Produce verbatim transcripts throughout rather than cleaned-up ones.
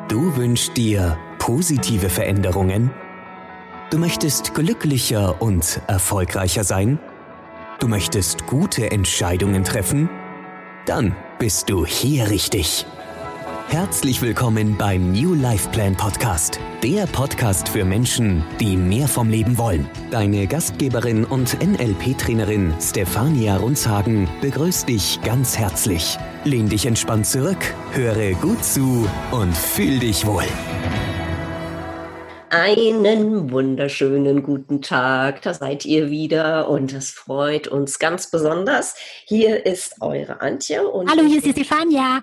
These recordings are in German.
Du wünschst dir positive Veränderungen? Du möchtest glücklicher und erfolgreicher sein? Du möchtest gute Entscheidungen treffen? Dann bist du hier richtig. Herzlich willkommen beim New Life Plan Podcast, der Podcast für Menschen, die mehr vom Leben wollen. Deine Gastgeberin und N L P-Trainerin Stefania Runzhagen begrüßt dich ganz herzlich. Lehn dich entspannt zurück, höre gut zu und fühl dich wohl. Einen wunderschönen guten Tag, da seid ihr wieder und das freut uns ganz besonders. Hier ist eure Antje. Und hallo, hier ist die Stefania.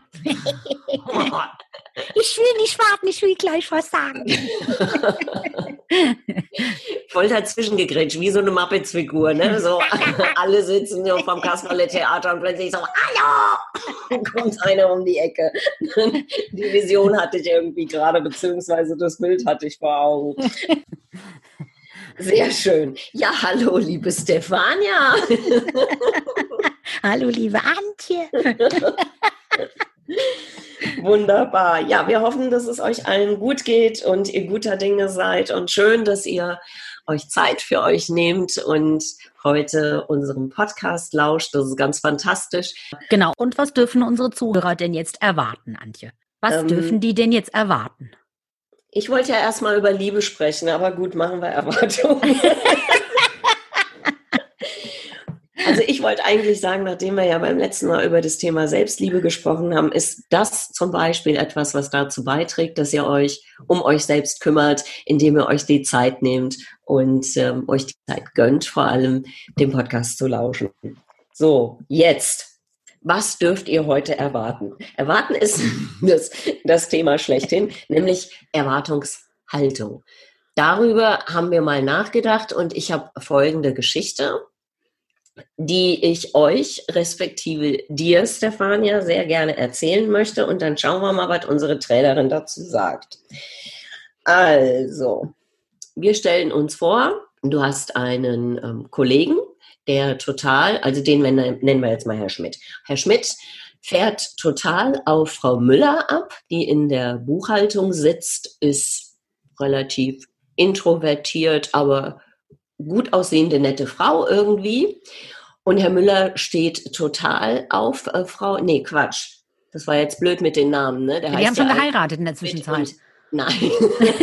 Ich will nicht warten, ich will gleich was sagen. Voll dazwischen gegrätscht, wie so eine Muppets-Figur, ne? So, alle sitzen so vom Kasperle-Theater und plötzlich so, hallo! Dann kommt einer um die Ecke. Die Vision hatte ich irgendwie gerade, beziehungsweise das Bild hatte ich vor Augen. Sehr schön. Ja, hallo, liebe Stefania. Hallo, liebe Antje. Wunderbar. Ja, wir hoffen, dass es euch allen gut geht und ihr guter Dinge seid und schön, dass ihr euch Zeit für euch nehmt und heute unserem Podcast lauscht. Das ist ganz fantastisch. Genau. Und was dürfen unsere Zuhörer denn jetzt erwarten, Antje? Was ähm, dürfen die denn jetzt erwarten? Ich wollte ja erstmal über Liebe sprechen, aber gut, machen wir Erwartungen. Also ich wollte eigentlich sagen, nachdem wir ja beim letzten Mal über das Thema Selbstliebe gesprochen haben, ist das zum Beispiel etwas, was dazu beiträgt, dass ihr euch um euch selbst kümmert, indem ihr euch die Zeit nehmt und ähm, euch die Zeit gönnt, vor allem dem Podcast zu lauschen. So, jetzt, was dürft ihr heute erwarten? Erwarten ist das, das Thema schlechthin, nämlich Erwartungshaltung. Darüber haben wir mal nachgedacht und ich habe folgende Geschichte, die ich euch, respektive dir, Stefania, sehr gerne erzählen möchte. Und dann schauen wir mal, was unsere Trainerin dazu sagt. Also, wir stellen uns vor, du hast einen ähm, Kollegen, der total, also den nennen wir jetzt mal Herr Schmidt. Herr Schmidt fährt total auf Frau Müller ab, die in der Buchhaltung sitzt, ist relativ introvertiert, aber gut aussehende, nette Frau irgendwie. Und Herr Müller steht total auf äh, Frau, nee, Quatsch. Das war jetzt blöd mit den Namen, ne? Der Wir heißt haben schon ja geheiratet in der Zwischenzeit. Und, nein.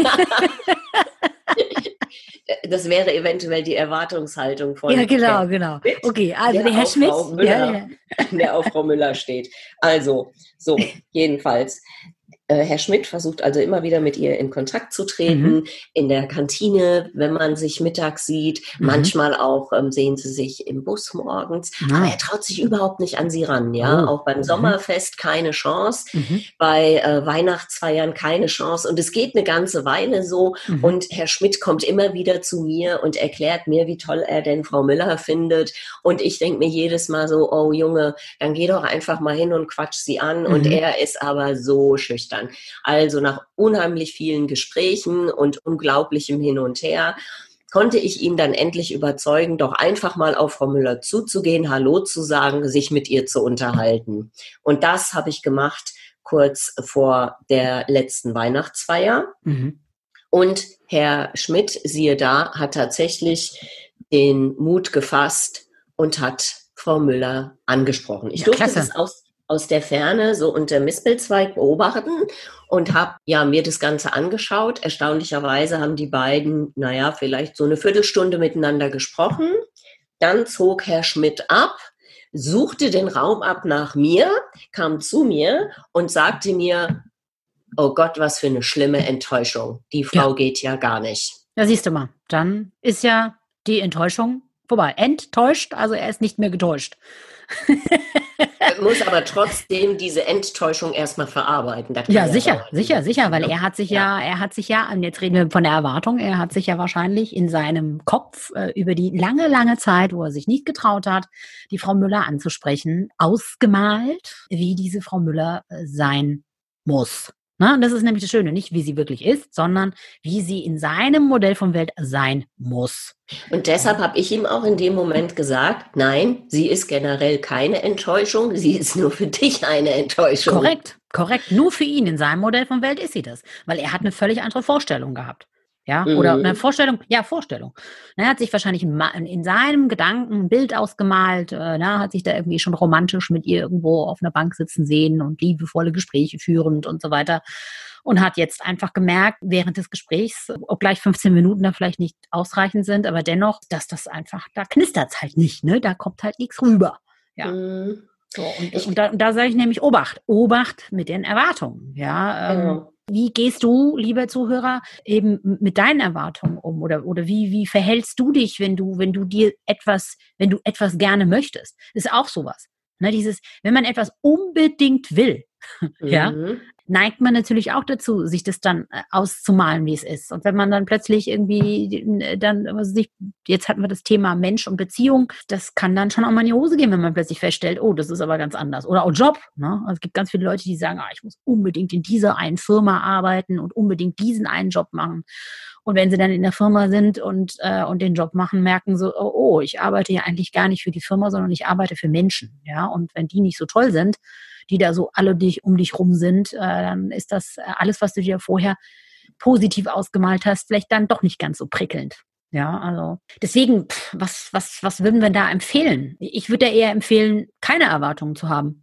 Das wäre eventuell die Erwartungshaltung von Ja, genau, Herr genau. Schmidt, Okay, also der der Herr auf Schmidt, Frau Müller, ja, ja. der auf Frau Müller steht. Also, so, jedenfalls. Äh, Herr Schmidt versucht also immer wieder mit ihr in Kontakt zu treten, mhm. in der Kantine, wenn man sich mittags sieht. Mhm. Manchmal auch ähm, sehen sie sich im Bus morgens. Mhm. Aber er traut sich überhaupt nicht an sie ran. Ja, oh. Auch beim Sommerfest keine Chance, mhm. bei äh, Weihnachtsfeiern keine Chance. Und es geht eine ganze Weile so. Mhm. Und Herr Schmidt kommt immer wieder zu mir und erklärt mir, wie toll er denn Frau Müller findet. Und ich denke mir jedes Mal so, oh Junge, dann geh doch einfach mal hin und quatsch sie an. Mhm. Und er ist aber so schüchtern. Also nach unheimlich vielen Gesprächen und unglaublichem Hin und Her konnte ich ihn dann endlich überzeugen, doch einfach mal auf Frau Müller zuzugehen, Hallo zu sagen, sich mit ihr zu unterhalten. Und das habe ich gemacht kurz vor der letzten Weihnachtsfeier. Mhm. Und Herr Schmidt, siehe da, hat tatsächlich den Mut gefasst und hat Frau Müller angesprochen. Ich ja, durfte klasse. das aus aus der Ferne so unter Mispelzweig beobachten und habe ja mir das Ganze angeschaut. Erstaunlicherweise haben die beiden, naja, vielleicht so eine Viertelstunde miteinander gesprochen. Dann zog Herr Schmidt ab, suchte den Raum ab nach mir, kam zu mir und sagte mir, oh Gott, was für eine schlimme Enttäuschung. Die Frau ja. geht ja gar nicht. Ja, siehst du mal, dann ist ja die Enttäuschung vorbei. Enttäuscht, also er ist nicht mehr getäuscht. Er muss aber trotzdem diese Enttäuschung erstmal verarbeiten. Ja, sicher, ja sicher, sicher, weil er hat sich ja, ja, er hat sich ja, und jetzt reden wir von der Erwartung, er hat sich ja wahrscheinlich in seinem Kopf äh, über die lange, lange Zeit, wo er sich nicht getraut hat, die Frau Müller anzusprechen, ausgemalt, wie diese Frau Müller äh, sein muss. Na, das ist nämlich das Schöne, nicht wie sie wirklich ist, sondern wie sie in seinem Modell von Welt sein muss. Und deshalb habe ich ihm auch in dem Moment gesagt, nein, sie ist generell keine Enttäuschung, sie ist nur für dich eine Enttäuschung. Korrekt. Korrekt. Nur für ihn in seinem Modell von Welt ist sie das. Weil er hat eine völlig andere Vorstellung gehabt. Ja, Mhm. oder eine Vorstellung, ja, Vorstellung. Er hat sich wahrscheinlich in seinem Gedanken ein Bild ausgemalt, äh, na, hat sich da irgendwie schon romantisch mit ihr irgendwo auf einer Bank sitzen sehen und liebevolle Gespräche führend und so weiter. Und hat jetzt einfach gemerkt, während des Gesprächs, obgleich fünfzehn Minuten da vielleicht nicht ausreichend sind, aber dennoch, dass das einfach, da knistert's halt nicht, ne? Da kommt halt nichts rüber. Ja. Mhm. So, und, Ich- und da, und da sage ich nämlich Obacht. Obacht mit den Erwartungen. Ja. Ähm, Genau. Wie gehst du, lieber Zuhörer, eben mit deinen Erwartungen um? Oder, oder wie, wie verhältst du dich, wenn du, wenn du dir etwas, wenn du etwas gerne möchtest? Das ist auch sowas. Ne, dieses, wenn man etwas unbedingt will, ja, Mhm. neigt man natürlich auch dazu, sich das dann äh, auszumalen, wie es ist. Und wenn man dann plötzlich irgendwie äh, dann, was weiß ich, jetzt hatten wir das Thema Mensch und Beziehung, das kann dann schon auch mal in die Hose gehen, wenn man plötzlich feststellt, oh, das ist aber ganz anders. Oder auch Job. Ne? Also es gibt ganz viele Leute, die sagen, ah, ich muss unbedingt in dieser einen Firma arbeiten und unbedingt diesen einen Job machen. Und wenn sie dann in der Firma sind und, äh, und den Job machen, merken so, oh, oh, ich arbeite ja eigentlich gar nicht für die Firma, sondern ich arbeite für Menschen. Ja, und wenn die nicht so toll sind, die da so alle dich, um dich rum sind, äh, dann ist das äh, alles, was du dir vorher positiv ausgemalt hast, vielleicht dann doch nicht ganz so prickelnd. Ja, also deswegen, pff, was, was, was würden wir da empfehlen? Ich würde ja eher empfehlen, keine Erwartungen zu haben.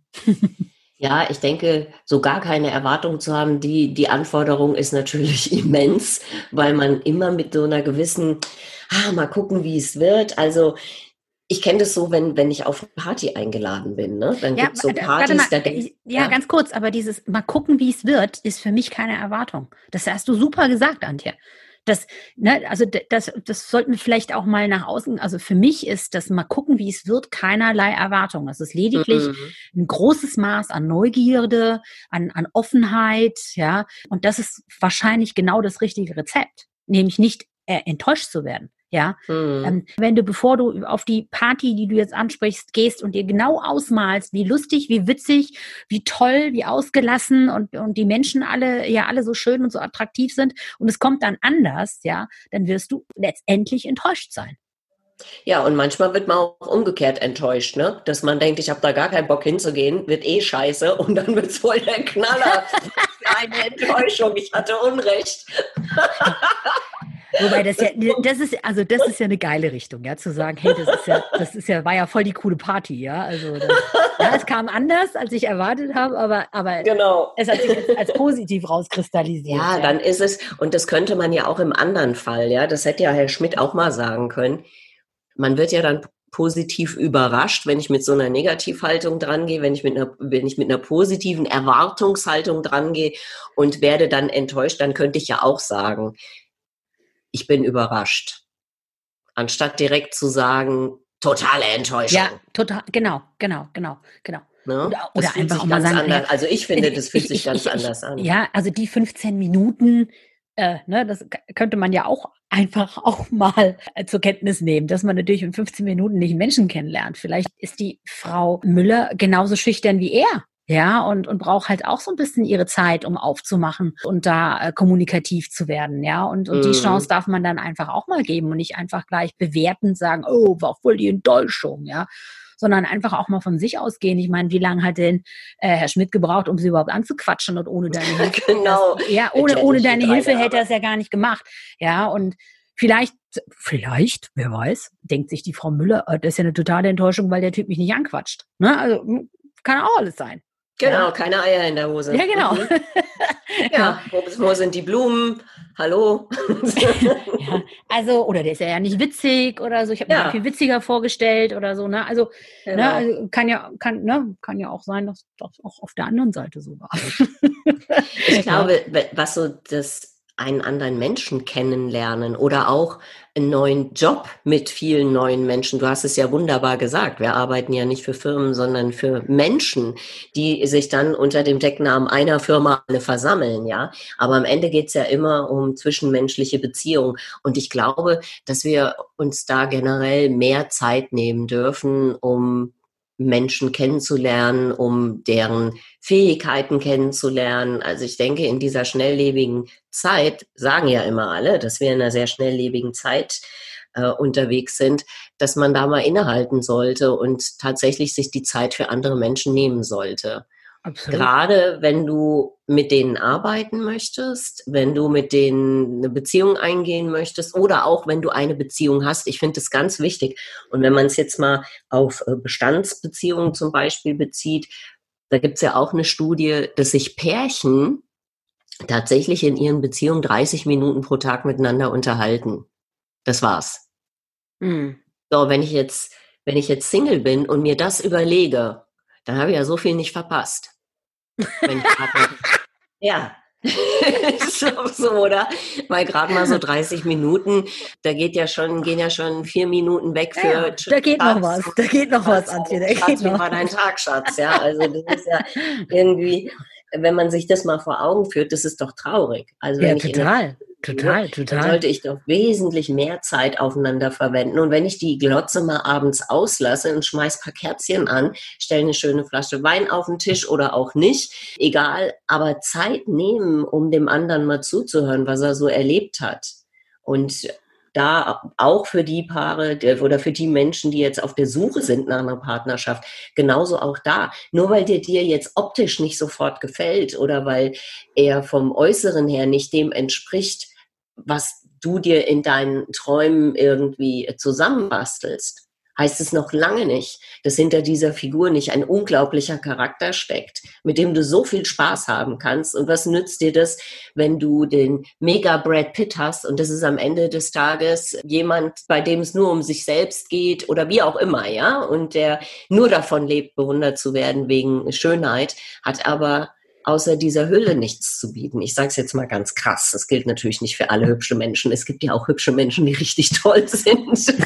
Ja, ich denke, so gar keine Erwartung zu haben, die, die Anforderung ist natürlich immens, weil man immer mit so einer gewissen, ah, mal gucken, wie es wird. Also ich kenne das so, wenn, wenn ich auf eine Party eingeladen bin, ne? Dann Ja, gibt's so warte Partys, mal, da denk, ich- ja, ganz kurz, aber dieses mal gucken, wie es wird, ist für mich keine Erwartung. Das hast du super gesagt, Antje. Das, ne, also d- das, das sollten wir vielleicht auch mal nach außen, also für mich ist das mal gucken, wie es wird, keinerlei Erwartung. Es ist lediglich Mhm. ein großes Maß an Neugierde, an, an Offenheit, ja. Und das ist wahrscheinlich genau das richtige Rezept, nämlich nicht äh, enttäuscht zu werden, ja. Mhm. Ähm, wenn du, bevor du auf die Party, die du jetzt ansprichst, gehst und dir genau ausmalst, wie lustig, wie witzig, wie toll, wie ausgelassen und, und die Menschen alle, ja, alle so schön und so attraktiv sind und es kommt dann anders, ja, dann wirst du letztendlich enttäuscht sein. Ja, und manchmal wird man auch umgekehrt enttäuscht, ne? Dass man denkt, ich habe da gar keinen Bock hinzugehen, wird eh scheiße und dann wird's voll der Knaller. Für eine Enttäuschung, ich hatte Unrecht. Wobei das ja, das ist, also das ist ja eine geile Richtung, ja, zu sagen, hey, das ist ja, das ist ja, war ja voll die coole Party, ja. Also das, ja, es kam anders, als ich erwartet habe, aber, aber Genau. es hat sich als, als positiv rauskristallisiert. Ja, Ja, dann ist es, und das könnte man ja auch im anderen Fall, ja, das hätte ja Herr Schmidt auch mal sagen können. Man wird ja dann positiv überrascht, wenn ich mit so einer Negativhaltung drangehe, wenn ich mit einer, wenn ich mit einer positiven Erwartungshaltung drangehe und werde dann enttäuscht, dann könnte ich ja auch sagen, ich bin überrascht. Anstatt direkt zu sagen, totale Enttäuschung. ja, total, genau, genau, genau, genau. Ne? Oder, Das oder fühlt einfach sich auch mal ganz sagen, anders. ja, Also ich finde, das fühlt ich, sich ich, ganz ich, anders an. ja, also die fünfzehn Minuten, äh, ne, das k- könnte man ja auch einfach auch mal äh, zur Kenntnis nehmen, dass man natürlich in fünfzehn Minuten nicht Menschen kennenlernt. Vielleicht ist die Frau Müller genauso schüchtern wie er. Ja, und, und braucht halt auch so ein bisschen ihre Zeit, um aufzumachen und da äh, kommunikativ zu werden, ja. Und, und die Chance Mm. darf man dann einfach auch mal geben und nicht einfach gleich bewertend sagen, oh, war voll die Enttäuschung, ja. Sondern einfach auch mal von sich ausgehen. Ich meine, wie lange hat denn äh, Herr Schmidt gebraucht, um sie überhaupt anzuquatschen und ohne deine Hilfe? Genau. Das, ja, ohne, ohne Etliche deine drei Hilfe Jahre. hätte er es ja gar nicht gemacht. Ja, und vielleicht, vielleicht, wer weiß, denkt sich die Frau Müller, äh, das ist ja eine totale Enttäuschung, weil der Typ mich nicht anquatscht. Ne? Also hm, kann auch alles sein. Genau, Ja, keine Eier in der Hose. ja genau. Mhm. Ja, wo, wo sind die Blumen? Hallo? Ja, also, oder der ist ja nicht witzig oder so. Ich habe mir Ja. den viel witziger vorgestellt oder so, ne? Also, Genau. ne, also kann ja, kann, ne, kann ja auch sein, dass das auch auf der anderen Seite so war. Ich glaube, was so das einen anderen Menschen kennenlernen oder auch einen neuen Job mit vielen neuen Menschen. Du hast es ja wunderbar gesagt. Wir arbeiten ja nicht für Firmen, sondern für Menschen, die sich dann unter dem Decknamen einer Firma alle versammeln, ja. Aber am Ende geht's ja immer um zwischenmenschliche Beziehungen. Und ich glaube, dass wir uns da generell mehr Zeit nehmen dürfen, um Menschen kennenzulernen, um deren Fähigkeiten kennenzulernen. Also ich denke, in dieser schnelllebigen Zeit, sagen ja immer alle, dass wir in einer sehr schnelllebigen Zeit äh, unterwegs sind, dass man da mal innehalten sollte und tatsächlich sich die Zeit für andere Menschen nehmen sollte. Absolut. Gerade wenn du mit denen arbeiten möchtest, wenn du mit denen eine Beziehung eingehen möchtest oder auch wenn du eine Beziehung hast. Ich finde das ganz wichtig. Und wenn man es jetzt mal auf Bestandsbeziehungen zum Beispiel bezieht, da gibt es ja auch eine Studie, dass sich Pärchen tatsächlich in ihren Beziehungen dreißig Minuten pro Tag miteinander unterhalten. Das war's. Mhm. So, wenn ich jetzt, wenn ich jetzt Single bin und mir das überlege, dann habe ich ja so viel nicht verpasst. Wenn ich grad mal, ja, so, so, oder? Weil gerade mal so dreißig Minuten, da geht ja schon, gehen ja schon vier Minuten weg für. Ja, da geht noch was, da geht noch was, Antje, da Schatz, geht wie noch war dein Tag, Schatz? Ja, also das ist ja irgendwie, wenn man sich das mal vor Augen führt, das ist doch traurig. Also Ja, wenn ich in der total, total, dann total. sollte ich doch wesentlich mehr Zeit aufeinander verwenden. Und wenn ich die Glotze mal abends auslasse und schmeiß ein paar Kerzchen an, stelle eine schöne Flasche Wein auf den Tisch oder auch nicht, egal, aber Zeit nehmen, um dem anderen mal zuzuhören, was er so erlebt hat. Und da auch für die Paare oder für die Menschen, die jetzt auf der Suche sind nach einer Partnerschaft, genauso auch da. Nur weil der dir jetzt optisch nicht sofort gefällt oder weil er vom Äußeren her nicht dem entspricht, was du dir in deinen Träumen irgendwie zusammenbastelst, heißt es noch lange nicht, dass hinter dieser Figur nicht ein unglaublicher Charakter steckt, mit dem du so viel Spaß haben kannst. Und was nützt dir das, wenn du den Mega Brad Pitt hast und das ist am Ende des Tages jemand, bei dem es nur um sich selbst geht oder wie auch immer, ja, und der nur davon lebt, bewundert zu werden wegen Schönheit, hat aber außer dieser Hülle nichts zu bieten. Ich sage es jetzt mal ganz krass. Das gilt natürlich nicht für alle hübsche Menschen. Es gibt ja auch hübsche Menschen, die richtig toll sind.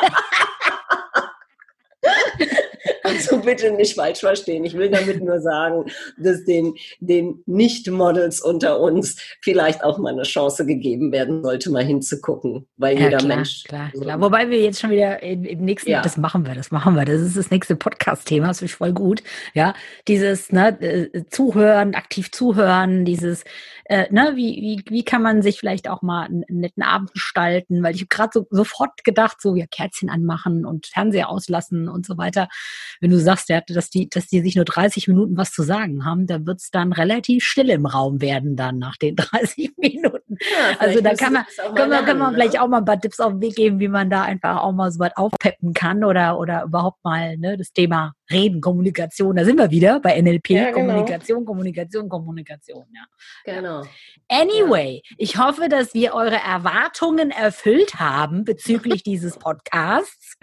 Also bitte nicht falsch verstehen. Ich will damit nur sagen, dass den, den Nicht-Models unter uns vielleicht auch mal eine Chance gegeben werden sollte, mal hinzugucken. Weil Ja, jeder klar, Mensch... klar, so- klar. Wobei wir jetzt schon wieder im, im nächsten, Ja. das machen wir, das machen wir. Das ist das nächste Podcast-Thema, das ist voll gut. Ja, dieses ne, äh, Zuhören, aktiv zuhören, dieses, äh, ne, wie, wie, wie kann man sich vielleicht auch mal einen, einen netten Abend gestalten? Weil ich habe gerade so, sofort gedacht, so ja, Kerzchen anmachen und Fernseher auslassen und so weiter. Wenn du sagst, ja, dass die, dass die sich nur dreißig Minuten was zu sagen haben, dann wird es dann relativ still im Raum werden dann nach den dreißig Minuten. Ja, Also vielleicht da müssen kann man, wir das auch mal können wir, können wir lernen, vielleicht ne? auch mal ein paar Tipps auf den Weg geben, wie man da einfach auch mal so weit aufpeppen kann oder, oder überhaupt mal ne, das Thema Reden, Kommunikation, da sind wir wieder bei N L P, Ja, genau. Kommunikation, Kommunikation, Kommunikation. Ja. Genau. Anyway, ich hoffe, dass wir eure Erwartungen erfüllt haben bezüglich dieses Podcasts.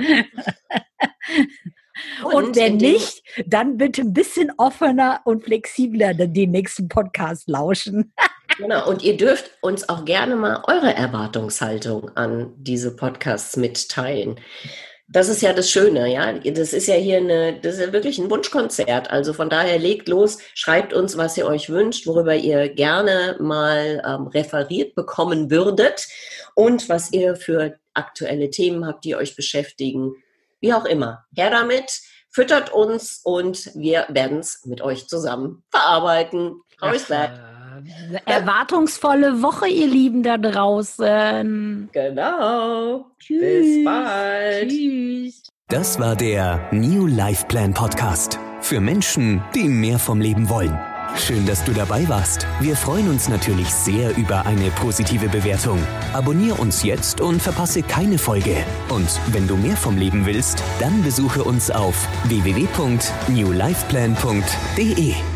Und, Und wenn in dem- nicht, dann bitte ein bisschen offener und flexibler den nächsten Podcast lauschen. Genau, und ihr dürft uns auch gerne mal eure Erwartungshaltung an diese Podcasts mitteilen. Das ist ja das Schöne, ja. Das ist ja hier eine, das ist ja wirklich ein Wunschkonzert. Also von daher legt los, schreibt uns, was ihr euch wünscht, worüber ihr gerne mal ähm, referiert bekommen würdet und was ihr für aktuelle Themen habt, die euch beschäftigen. Wie auch immer. Her damit, füttert uns und wir werden es mit euch zusammen verarbeiten. How is that? Äh, Erwartungsvolle Woche, ihr Lieben da draußen. Genau. Tschüss. Bis bald. Tschüss. Das war der New Life Plan Podcast. Für Menschen, die mehr vom Leben wollen. Schön, dass du dabei warst. Wir freuen uns natürlich sehr über eine positive Bewertung. Abonnier uns jetzt und verpasse keine Folge. Und wenn du mehr vom Leben willst, dann besuche uns auf w w w punkt new life plan punkt d e.